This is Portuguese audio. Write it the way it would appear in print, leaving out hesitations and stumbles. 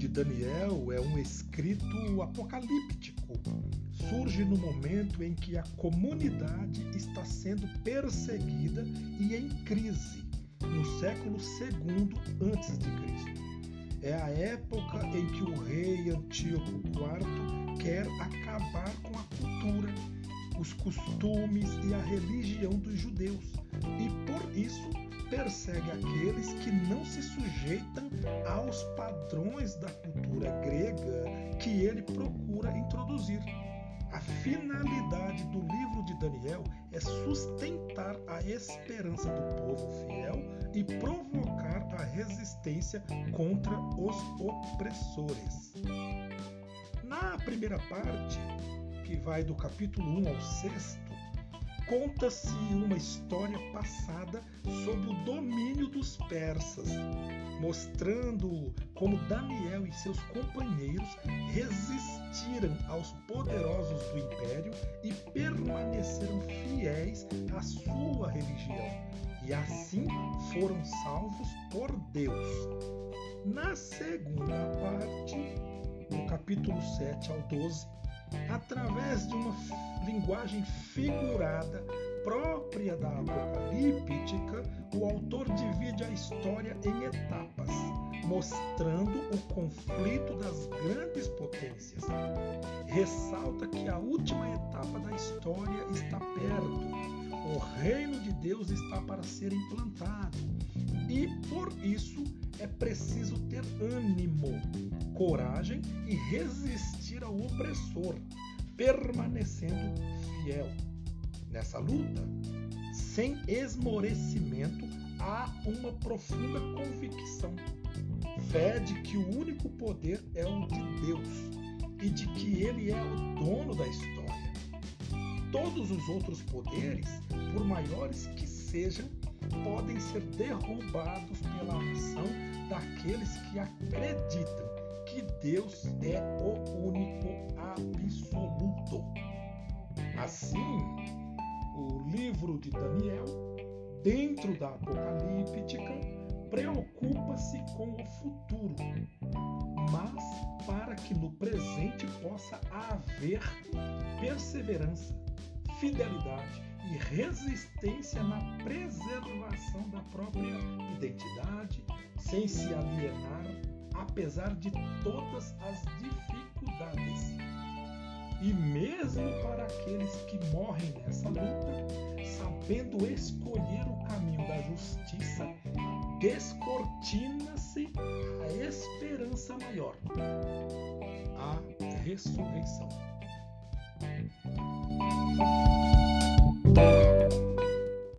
Daniel é um escrito apocalíptico. Surge no momento em que a comunidade está sendo perseguida e em crise, no século II a.C. É a época em que o rei Antíoco IV quer acabar com a cultura, os costumes e a religião dos judeus, e por isso persegue aqueles que não se sujeitam aos padrões da cultura grega que ele procura introduzir. A finalidade do livro de Daniel é sustentar a esperança do povo fiel e provocar a resistência contra os opressores. Na primeira parte, que vai do capítulo 1 ao 6, conta-se uma história passada sob o domínio dos persas, mostrando como Daniel e seus companheiros resistiram aos poderosos do império e permaneceram fiéis à sua religião, e assim foram salvos por Deus. Na segunda parte, do capítulo 7 ao 12, através de uma linguagem figurada própria da apocalíptica, o autor divide a história em etapas, mostrando o conflito das grandes potências. Ressalta que a última etapa da história está perto, o reino de Deus está para ser implantado, e por isso é preciso ter ânimo, coragem e resistir ao opressor, permanecendo fiel. Nessa luta, sem esmorecimento, há uma profunda convicção, fé de que o único poder é o de Deus e de que Ele é o dono da história. Todos os outros poderes, por maiores que sejam, podem ser derrubados pela ação daqueles que acreditam que Deus é o único absoluto. Assim, o livro de Daniel, dentro da apocalíptica, preocupa-se com o futuro, mas para que no presente possa haver perseverança, fidelidade e resistência na preservação da própria identidade, sem se alienar, apesar de todas as dificuldades. E mesmo para aqueles que morrem nessa luta, sabendo escolher o caminho da justiça, descortina-se a esperança maior, a ressurreição.